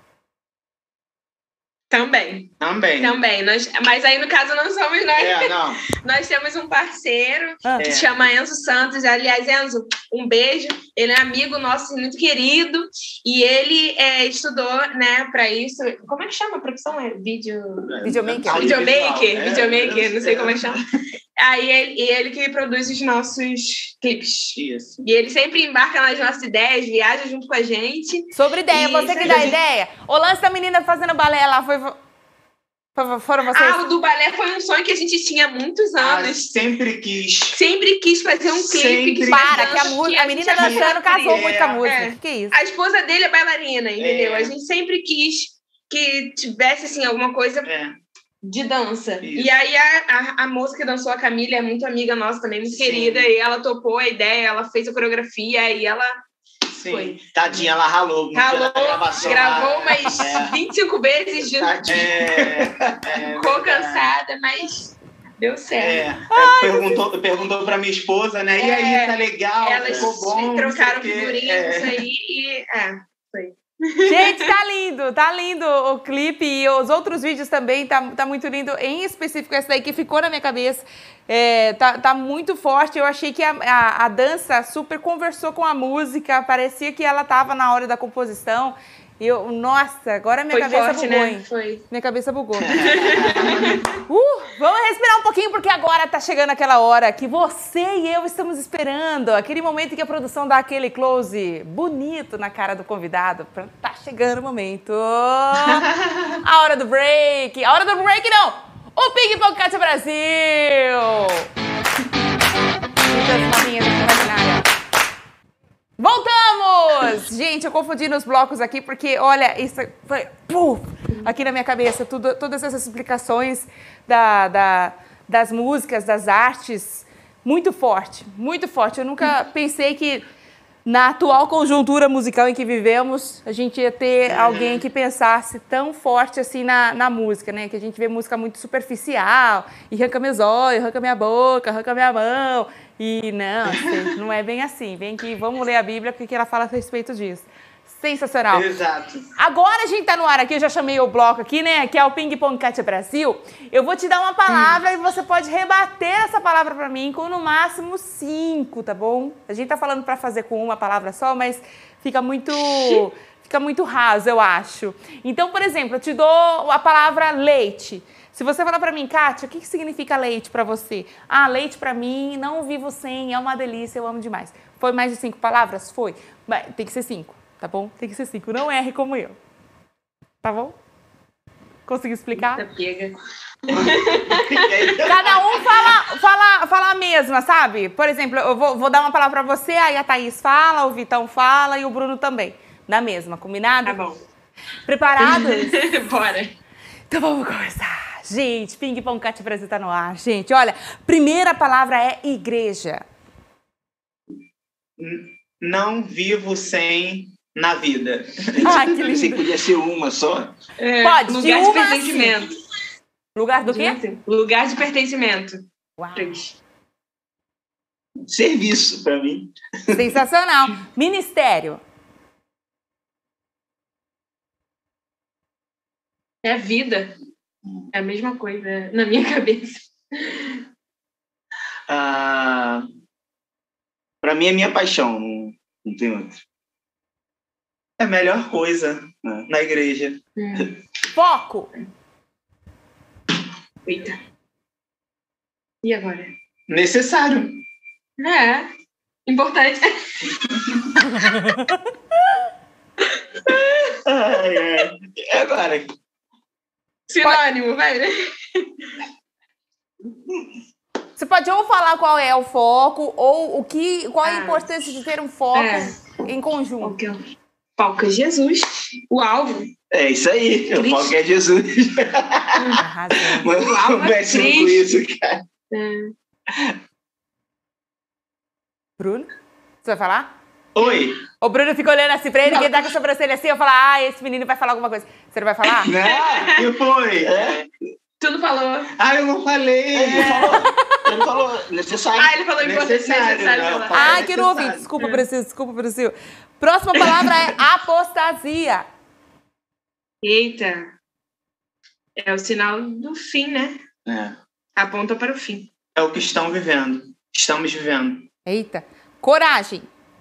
Também. Também. Também. Nós, mas aí, no caso, não somos nós. É, não. Nós temos um parceiro ah, que é. se chama Enzo Santos. Aliás, Enzo, um beijo. Ele é amigo nosso, muito querido. E ele é, estudou, né, para isso. Como é que chama a profissão? É vídeo... Videomaker. Videomaker. É, Videomaker, é, não sei é. como é que chama. Aí ele, ele que produz os nossos clipes. Isso. E ele sempre embarca nas nossas ideias, viaja junto com a gente. Sobre ideia, e você que dá a ideia. O lance da menina fazendo balé lá foi... Foram vocês? Ah, o do balé foi um sonho que a gente tinha há muitos anos. Ah, sempre quis. Sempre quis fazer um clipe. Sempre. Para, que a, música, a, a menina dançando casou é, muito com a música. É. Que, que é isso? A esposa dele é bailarina, entendeu? É. A gente sempre quis que tivesse, assim, alguma coisa É. de dança. Isso. E aí a, a, a moça que dançou, a Camila, é muito amiga nossa também, muito Sim. querida. E ela topou a ideia, ela fez a coreografia e ela... Sim. Foi. Tadinha, ela ralou. Ralou, gravação, gravou lá. umas É. vinte e cinco vezes, de... É, é, ficou cansada, mas deu certo. É. Ai, perguntou, perguntou pra minha esposa, né? E aí, É. tá legal, Elas ficou bom. trocaram não sei o quê. figurinha É. disso aí e... É, foi. Gente, tá lindo, tá lindo o clipe e os outros vídeos também, tá, tá muito lindo. Em específico, essa daí que ficou na minha cabeça, é, tá, tá muito forte. Eu achei que a, a, a dança super conversou com a música, parecia que ela tava na hora da composição. Eu, nossa, agora minha Foi cabeça forte, bugou, né? hein? Foi. Minha cabeça bugou. uh, vamos respirar um pouquinho, porque agora tá chegando aquela hora que você e eu estamos esperando. Aquele momento em que a produção dá aquele close bonito na cara do convidado. Tá chegando o momento. A hora do break. A hora do break, não! O Ping Pong Kátia Brasil! Muitas maminhas imaginárias. Voltamos! Gente, eu confundi nos blocos aqui porque, olha, isso foi puf, aqui na minha cabeça, tudo, todas essas explicações da, da, das músicas, das artes, muito forte, muito forte. Eu nunca pensei que na atual conjuntura musical em que vivemos, a gente ia ter alguém que pensasse tão forte assim na, na música, né? Que a gente vê música muito superficial, e arranca meus olhos, arranca minha boca, arranca minha mão. E não, assim, não é bem assim. Vem que vamos ler a Bíblia, porque ela fala a respeito disso. Sensacional. Exato. Agora a gente tá no ar aqui, eu já chamei o bloco aqui, né? Que é o Ping Pong Kátia Brasil. Eu vou te dar uma palavra hum. e você pode rebater essa palavra pra mim com no máximo cinco, tá bom? A gente tá falando pra fazer com uma palavra só, mas fica muito... Fica muito raso, eu acho. Então, por exemplo, eu te dou a palavra leite. Se você falar pra mim, Kátia, o que, que significa leite pra você? Ah, leite pra mim, não vivo sem, é uma delícia, eu amo demais. Foi mais de cinco palavras? Foi. Mas tem que ser cinco, tá bom? Tem que ser cinco. Não erre como eu. Tá bom? Consegui explicar? Pega. Cada um fala, fala, fala a mesma, sabe? Por exemplo, eu vou, vou dar uma palavra pra você, aí a Thaís fala, o Vitão fala e o Bruno também. Na mesma, combinado? Tá bom. Preparados? Bora. Então vamos começar. Gente, Ping Pong Kátia Brasil tá no ar. Gente, olha, primeira palavra é igreja. Não vivo sem na vida. Ai, que Pensei lindo. que podia ser uma só. É, Pode, de lugar de, uma pertencimento. assim. Lugar do quê? Gente, lugar de pertencimento. Uau. Três. Serviço, pra mim. Sensacional. Ministério. É vida. É a mesma coisa na minha cabeça. Ah, pra mim é minha paixão, não, não tem outra. É a melhor coisa É. na igreja. Hum. Foco. Eita. E agora? Necessário. É. Importante. Ai, ai. E agora? Sinônimo, vai. Você pode ou falar qual é o foco, ou o que, qual é a Ah. importância de ter um foco É. em conjunto. Foco é Jesus. O alvo. É isso aí, o Cristo. foco é Jesus. Arrasou. Mano, Uau, não mexe com Cristo. isso, cara. É. Bruno, você vai falar? Oi. O Bruno fica olhando assim pra ele, que ele tá com a sobrancelha assim, eu falo, ah, esse menino vai falar alguma coisa. Você não vai falar? Né? Que foi? É? Tu não falou. Ah, eu não falei. Ele falou, ele falou necessário. Ah, ele falou importante. Necessário, Necessário. não, falar. fala- Ah, que eu não ouvi. necessário. Desculpa, Brasil, desculpa, Brasil. Próxima palavra é apostasia. Eita. É o sinal do fim, né? É. Aponta para o fim. É o que estão vivendo. Estamos vivendo. Eita. Coragem.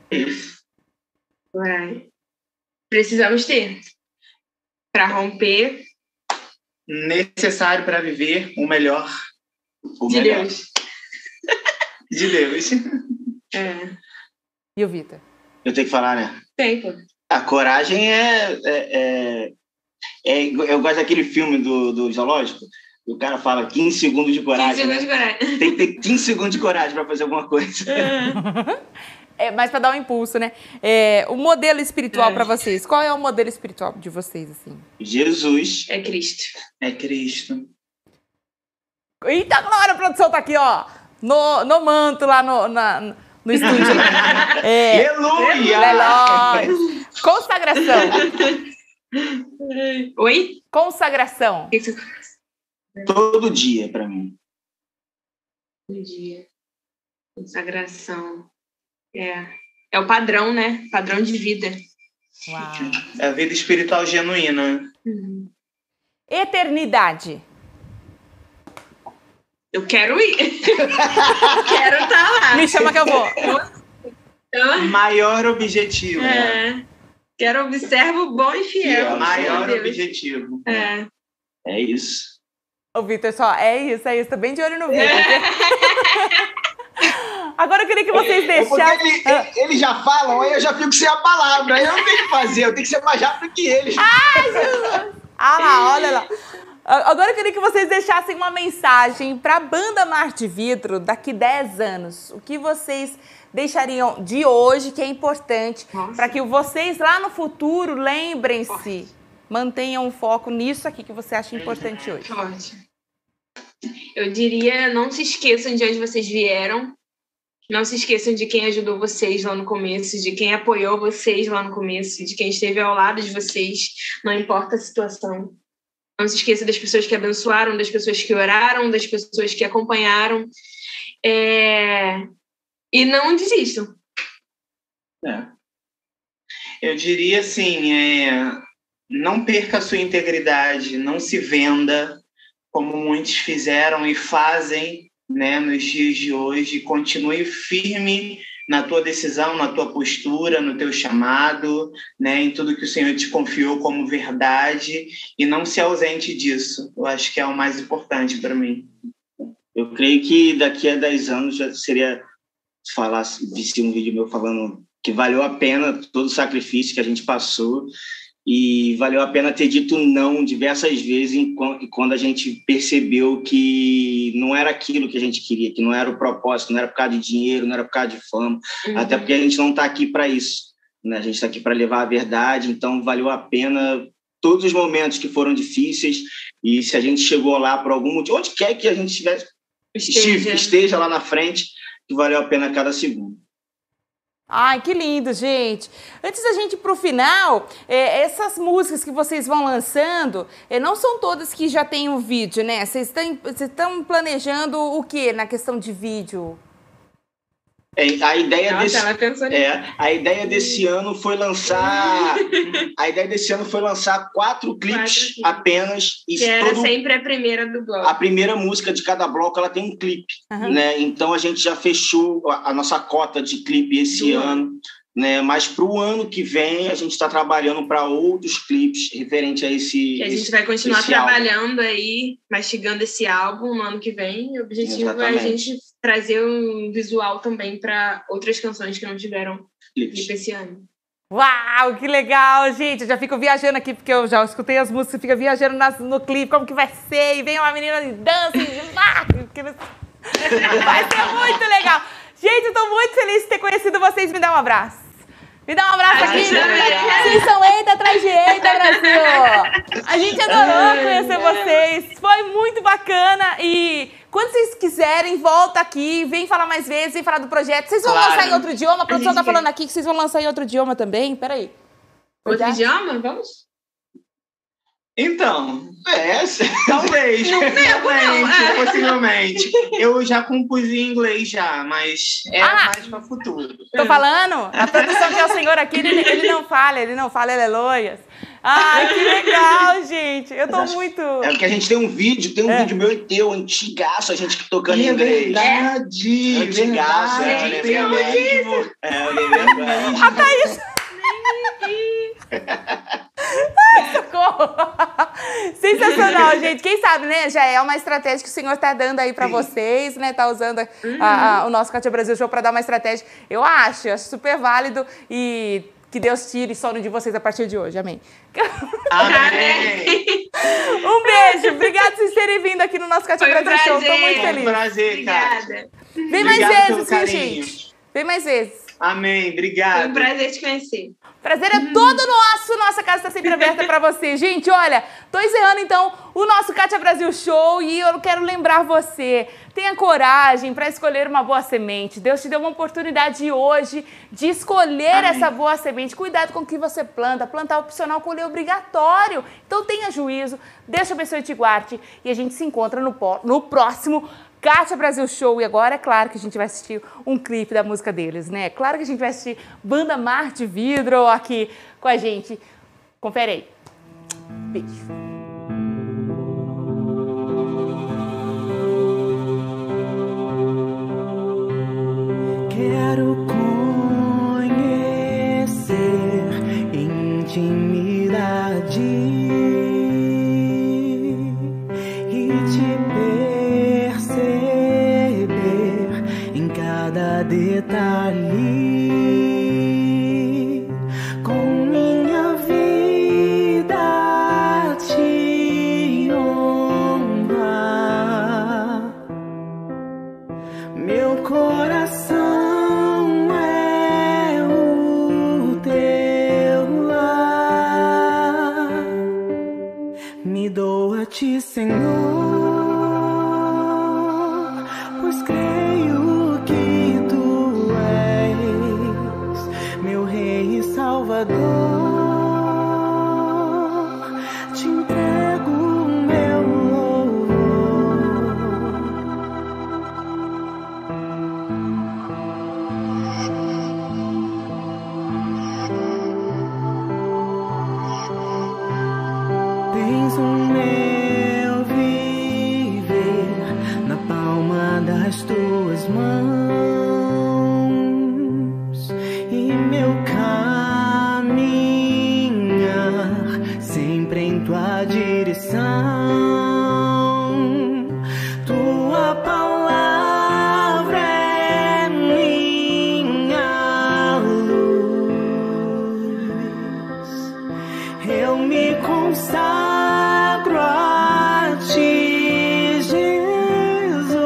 Coragem. Precisamos ter. Para romper Necessário para viver o melhor O de melhor. Deus. de Deus. É. E o Vitor? Eu tenho que falar, né? Tem, pô. A coragem é, é, é, é- Eu gosto daquele filme do, do zoológico. O cara fala quinze segundos de coragem. quinze segundos né? de coragem. Tem que ter quinze segundos de coragem para fazer alguma coisa. É, mas pra dar um impulso, né? É, o modelo espiritual É. pra vocês. Qual é o modelo espiritual de vocês, assim? Jesus. É Cristo. É Cristo. Eita, agora a produção tá aqui, ó. No, no manto, lá no, na, no estúdio. É, Aleluia! Aleluia. Consagração. Oi? Consagração. O que que você Todo dia, para mim. Um dia. Consagração. É. É o padrão, né? Padrão de vida. Uau. É a vida espiritual genuína. Uhum. Eternidade. Eu quero ir. Quero estar lá. Me chama que eu vou. Então, Maior objetivo. é. Quero um servo bom e fiel. É o maior objetivo. É. É isso. Ô, Vitor, só, é isso, é isso. Tô bem de olho no Vitor. Agora eu queria que vocês deixassem... Ele, ah. Eles já falam, aí eu já fico sem a palavra. Aí eu não tenho o que fazer, eu tenho que ser mais rápido que eles. Ai, Jesus! Ah lá, olha lá. Agora eu queria que vocês deixassem uma mensagem para a banda Mar de Vidro daqui dez anos. O que vocês deixariam de hoje que é importante para que vocês lá no futuro lembrem-se, mantenham o foco nisso aqui que você acha importante hoje. Forte. Eu diria, não se esqueçam de onde vocês vieram, não se esqueçam de quem ajudou vocês lá no começo, de quem apoiou vocês lá no começo, de quem esteve ao lado de vocês, não importa a situação. Não se esqueça das pessoas que abençoaram, das pessoas que oraram, das pessoas que acompanharam. É... E não desistam. É. Eu diria assim, é... não perca a sua integridade, não se venda, como muitos fizeram e fazem, né, nos dias de hoje. Continue firme na tua decisão, na tua postura, no teu chamado, né, em tudo que o Senhor te confiou como verdade, e não se ausente disso. Eu acho que é o mais importante para mim. Eu creio que daqui a dez anos já seria falar, visse um vídeo meu falando que valeu a pena todo o sacrifício que a gente passou, e valeu a pena ter dito não diversas vezes quando a gente percebeu que não era aquilo que a gente queria, que não era o propósito, não era por causa de dinheiro, não era por causa de fama, uhum. Até porque a gente não está aqui para isso, né? A gente está aqui para levar a verdade, então valeu a pena todos os momentos que foram difíceis, e se a gente chegou lá por algum motivo, onde quer que a gente estivesse, esteja. esteja lá na frente, que valeu a pena cada segundo. Ai, que lindo, gente. Antes da gente ir para o final, é, essas músicas que vocês vão lançando, é, não são todas que já tem um vídeo, né? Vocês estão planejando o quê na questão de vídeo? É, a ideia Nossa, desse ela pensou nisso. é, a ideia desse ano foi lançar a ideia desse ano foi lançar quatro clipes quatro apenas, e que era todo, sempre a primeira do bloco. A primeira música de cada bloco ela tem um clipe, uhum. Né? Então a gente já fechou a, a nossa cota de clipe esse do ano, ano. Né? Mas para o ano que vem a gente está trabalhando para outros clipes referente a esse. Que a gente esse, vai continuar trabalhando álbum. Aí, mastigando esse álbum no ano que vem. O objetivo Exatamente. É a gente trazer um visual também para outras canções que não tiveram clipe esse ano. Uau, que legal, gente! Eu já fico viajando aqui, porque eu já escutei as músicas, fica viajando nas, no clipe, como que vai ser, e vem uma menina e dança, e... vai ser muito legal! Gente, eu tô muito feliz de ter conhecido vocês, me dá um abraço! Me dá um abraço aqui! Vocês são eita atrás de eita, Brasil! A gente adorou conhecer vocês, foi muito bacana, e... quando vocês quiserem, volta aqui, vem falar mais vezes, vem falar do projeto. Vocês vão claro. lançar em outro idioma? A produção está falando aqui que vocês vão lançar em outro idioma também. Peraí. Outro idioma? Vamos? Então, é, talvez, não, possivelmente, não, é. possivelmente. Eu já compus em inglês já, mas é ah, mais para futuro. Tô falando? A produção que é o senhor aqui, ele, ele não fala, ele não fala, aleluias. Ai, que legal, gente. Eu tô muito... É porque a gente tem um vídeo, tem um é. vídeo meu e teu, antigaço, a gente tocando em é inglês. Verdade, antigaço, verdade. É, eu lembrei mesmo. É, eu lembrei. A Thaís... Ai, socorro! Sensacional, gente. Quem sabe, né? Já é uma estratégia que o senhor tá dando aí pra Sim. vocês, né? Tá usando a, uhum. a, a, o nosso Kátia Brasil Show pra dar uma estratégia. Eu acho, eu acho super válido e que Deus tire sono de vocês a partir de hoje. Amém. Amém. Um beijo. Obrigada por vocês terem vindo aqui no nosso Kátia Brasil prazer. Show. Tô muito feliz. Foi um prazer, cara. Obrigada. Vem Obrigado mais vezes, viu, carinho. gente? Vem mais vezes. Amém, obrigado. Foi um prazer te conhecer. Prazer é todo nosso, nossa casa está sempre aberta para você. Gente, olha, tô encerrando então o nosso Kátia Brasil Show e eu quero lembrar você, tenha coragem para escolher uma boa semente. Deus te deu uma oportunidade hoje de escolher Amém. Essa boa semente. Cuidado com o que você planta, plantar opcional, colher obrigatório. Então tenha juízo, Deus te abençoe e te guarde e a gente se encontra no, no próximo Kátia Brasil Show. E agora é claro que a gente vai assistir um clipe da música deles, né? Claro que a gente vai assistir Banda Mar de Vidro aqui com a gente. Confere aí. Beijo. Quero conhecer em e te perceber em cada detalhe, com minha vida te honrar. Meu coração é o teu lar. Me doa-te, Senhor, pois creio que tu és meu Rei e Salvador. Te entrego o meu louvor. Tens o meu viver na palma das tuas mãos e meu caminhar sempre em tua direção. Tua palavra é minha luz. Eu me consagro a ti, Jesus.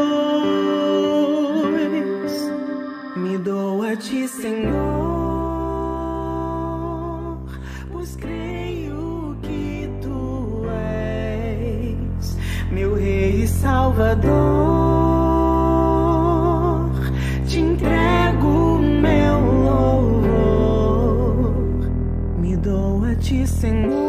Me doa-te, Senhor, pois creio que tu és meu Rei e Salvador. Te entrego o meu louvor. Me doa-te, Senhor.